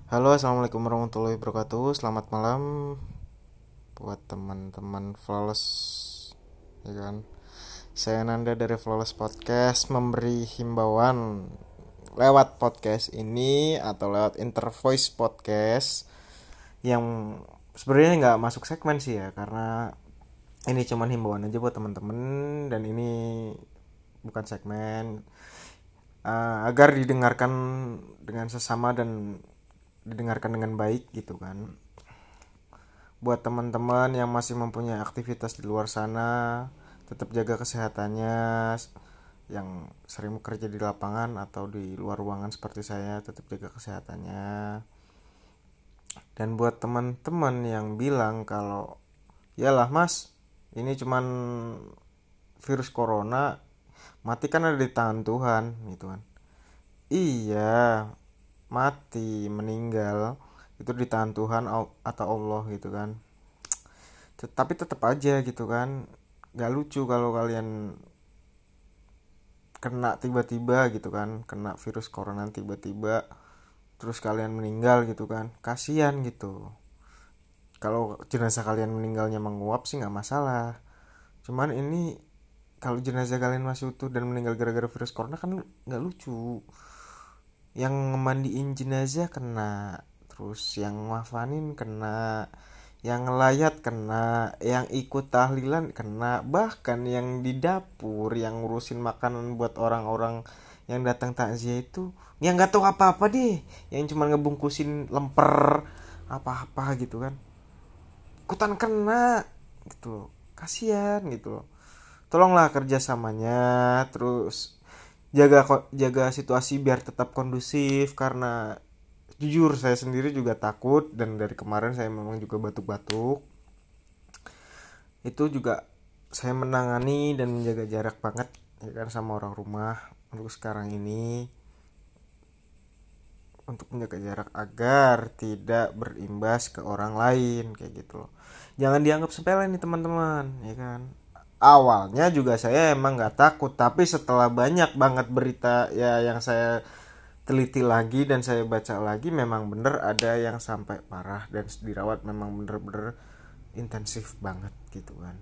Halo, assalamualaikum warahmatullahi wabarakatuh. Selamat malam buat teman-teman Flawless, ya kan? Saya Nanda dari Flawless Podcast memberi himbauan lewat podcast ini atau lewat Intervoice Podcast yang sebenarnya nggak masuk segmen sih ya, karena ini cuman himbauan aja buat teman-teman dan ini bukan segmen. Agar didengarkan dengan sesama dan didengarkan dengan baik gitu kan. Buat teman-teman yang masih mempunyai aktivitas di luar sana, tetap jaga kesehatannya. Yang sering bekerja di lapangan atau di luar ruangan seperti saya, tetap jaga kesehatannya. Dan buat teman-teman yang bilang kalau yalah mas, ini cuman virus corona, mati kan ada di tangan Tuhan gitu kan. Iya, mati, meninggal itu di tangan Tuhan atau Allah gitu kan. Tapi tetap aja gitu kan, gak lucu kalau kalian kena tiba-tiba gitu kan, kena virus corona tiba-tiba terus kalian meninggal gitu kan, kasihan gitu. Kalau jenazah kalian meninggalnya menguap sih nggak masalah, cuman ini kalau jenazah kalian masih utuh dan meninggal gara-gara virus corona kan nggak lucu. Yang mandiin jenazah kena, terus yang wafanin kena, yang ngelayat kena, yang ikut tahlilan kena, bahkan yang di dapur yang ngurusin makanan buat orang-orang yang datang takziah itu yang nggak tahu apa-apa deh, yang cuma ngebungkusin lemper apa-apa gitu kan, ikutan kena gitu loh. Kasihan gitu loh. Tolonglah kerjasamanya, terus jaga situasi biar tetap kondusif, karena jujur saya sendiri juga takut dan dari kemarin saya memang juga batuk-batuk. Itu juga saya menangani dan menjaga jarak banget ya kan sama orang rumah untuk sekarang ini, untuk menjaga jarak agar tidak berimbas ke orang lain kayak gitu loh. Jangan dianggap sepele nih teman-teman, ya kan. Awalnya juga saya emang nggak takut, tapi setelah banyak banget berita ya yang saya teliti lagi dan saya baca lagi, memang bener ada yang sampai parah dan dirawat, memang bener-bener intensif banget gitu kan.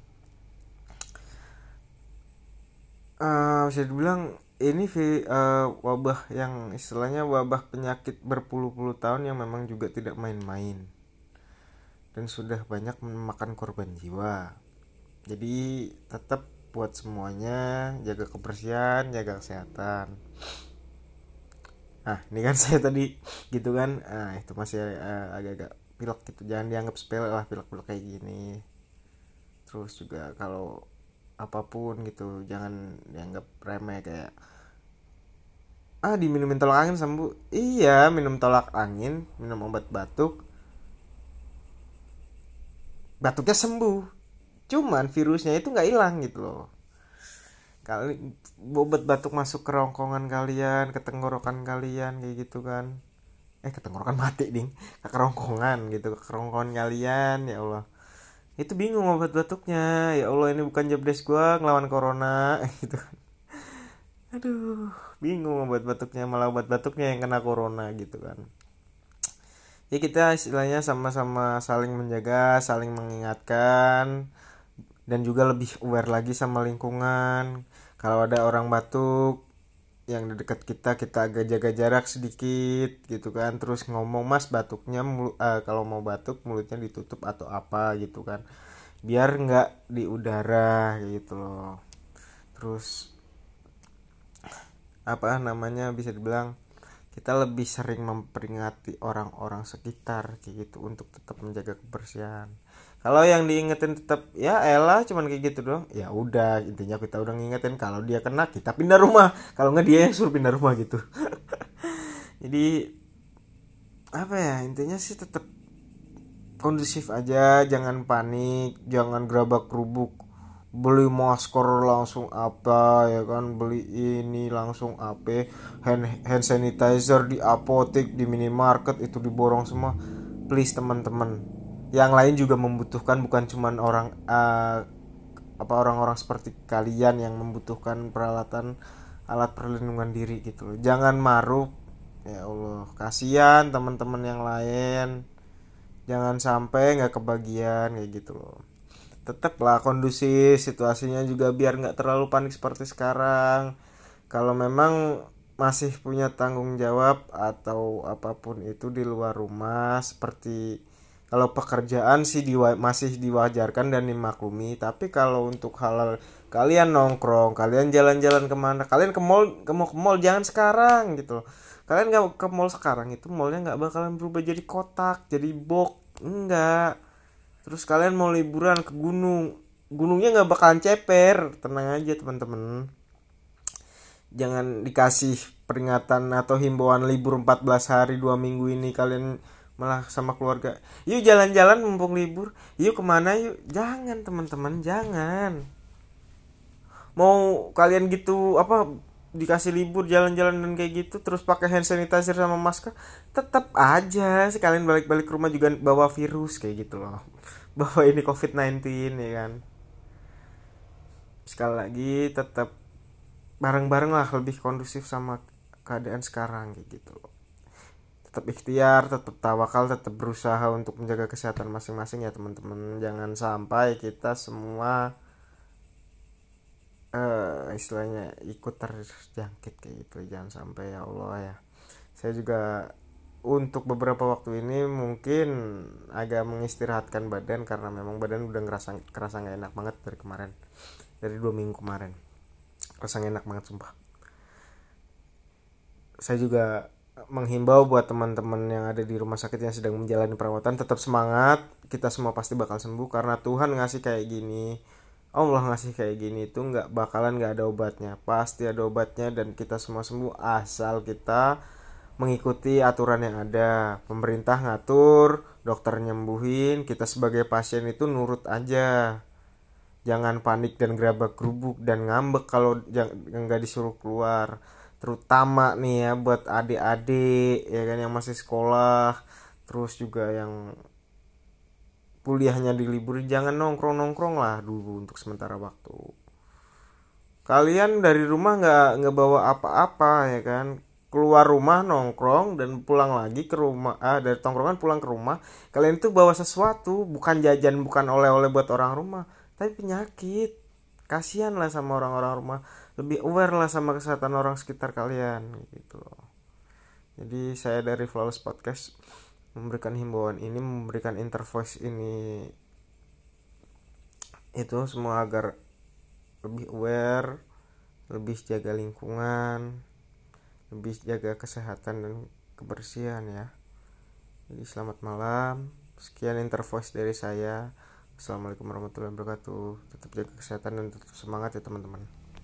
Bisa dibilang ini wabah yang istilahnya wabah penyakit berpuluh-puluh tahun yang memang juga tidak main-main dan sudah banyak memakan korban jiwa. Jadi tetap buat semuanya jaga kebersihan, jaga kesehatan. Nah ini kan saya tadi gitu kan, itu masih agak-agak pilek gitu, jangan dianggap sepele lah pilek-pilek kayak gini. Terus juga kalau apapun gitu jangan dianggap remeh, kayak diminumin tolak angin sembuh. Iya, minum tolak angin, minum obat batuk, batuknya sembuh, cuman virusnya itu nggak hilang gitu loh. Kali obat batuk masuk ke rongkongan kalian, ke tenggorokan kalian kayak gitu kan, ke tenggorokan mati ding, ke kerongkongan gitu, ke kerongkongan kalian, ya Allah. Itu bingung obat batuknya, ya Allah ini bukan job desk gua ngelawan corona gitu. Aduh, bingung obat batuknya, malah obat batuknya yang kena corona gitu kan. Ya kita istilahnya sama-sama saling menjaga, saling mengingatkan, dan juga lebih aware lagi sama lingkungan. Kalau ada orang batuk yang di dekat kita, kita agak jaga jarak sedikit gitu kan. Terus ngomong, mas batuknya kalau mau batuk mulutnya ditutup atau apa gitu kan, biar nggak di udara gitu loh. Terus apa namanya, bisa dibilang kita lebih sering memperingati orang-orang sekitar kayak gitu untuk tetap menjaga kebersihan. Kalau yang diingetin tetap ya elah cuman kayak gitu doang, ya udah, intinya kita udah ngingetin, kalau dia kena kita pindah rumah, kalau nggak dia yang suruh pindah rumah gitu. Jadi apa ya, intinya sih tetap kondusif aja, jangan panik, jangan gerabak kerubuk beli masker langsung apa ya kan, beli ini langsung apa, hand sanitizer di apotek, di minimarket itu diborong semua. Please teman-teman, yang lain juga membutuhkan, bukan cuman orang-orang seperti kalian yang membutuhkan peralatan alat perlindungan diri gitu loh. Jangan maruk, Ya Allah, kasihan teman-teman yang lain, jangan sampai nggak kebagian kayak gitu loh. Tetaplah kondusif situasinya juga biar nggak terlalu panik seperti sekarang. Kalau memang masih punya tanggung jawab atau apapun itu di luar rumah, seperti kalau pekerjaan sih masih diwajarkan dan dimaklumi. Tapi kalau untuk halal, kalian nongkrong, kalian jalan-jalan kemana, kalian ke mall jangan sekarang gitu loh. Kalian nggak ke mall sekarang, itu mallnya nggak bakalan berubah jadi kotak, jadi box, enggak. Terus kalian mau liburan ke gunung, gunungnya nggak bakalan ceper, tenang aja teman-teman. Jangan dikasih peringatan atau himbauan libur 14 hari 2 minggu ini kalian malah sama keluarga, yuk jalan-jalan mumpung libur, yuk kemana yuk, jangan teman-teman, jangan. Mau kalian gitu apa, dikasih libur jalan-jalan dan kayak gitu terus pakai hand sanitizer sama masker, tetap aja sekalian balik-balik ke rumah juga bawa virus kayak gitu loh, bawa ini COVID-19 ya kan. Sekali lagi tetap bareng-bareng lah, lebih kondusif sama keadaan sekarang kayak gitu. Tetap ikhtiar, tetap tawakal, tetap berusaha untuk menjaga kesehatan masing-masing ya teman-teman. Jangan sampai kita semua istilahnya ikut terjangkit kayak gitu. Jangan sampai ya Allah ya. Saya juga untuk beberapa waktu ini mungkin agak mengistirahatkan badan karena memang badan udah kerasa nggak enak banget dari kemarin, dari 2 minggu kemarin. Kerasa nggak enak banget sumpah. Saya juga menghimbau buat teman-teman yang ada di rumah sakit yang sedang menjalani perawatan, tetap semangat, kita semua pasti bakal sembuh karena Tuhan ngasih kayak gini, Allah ngasih kayak gini itu nggak bakalan nggak ada obatnya, pasti ada obatnya dan kita semua sembuh asal kita mengikuti aturan yang ada. Pemerintah ngatur, dokter nyembuhin, kita sebagai pasien itu nurut aja, jangan panik dan gerabak gerubuk dan ngambek kalau nggak disuruh keluar. Terutama nih ya buat adik-adik ya kan yang masih sekolah, terus juga yang kuliahnya diliburin, jangan nongkrong-nongkrong lah dulu untuk sementara waktu. Kalian dari rumah nggak bawa apa-apa ya kan, keluar rumah nongkrong dan pulang lagi ke rumah, dari tongkrongan pulang ke rumah kalian tuh bawa sesuatu, bukan jajan, bukan oleh-oleh buat orang rumah, tapi penyakit. Kasihan lah sama orang-orang rumah, lebih aware lah sama kesehatan orang sekitar kalian gitu loh. Jadi saya dari Flawless Podcast memberikan himbauan ini, memberikan intervoice ini itu semua agar lebih aware, lebih jaga lingkungan, lebih jaga kesehatan dan kebersihan ya. Jadi selamat malam, sekian intervoice dari saya. Assalamualaikum warahmatullahi wabarakatuh. Tetap jaga kesehatan dan tetap semangat ya teman-teman.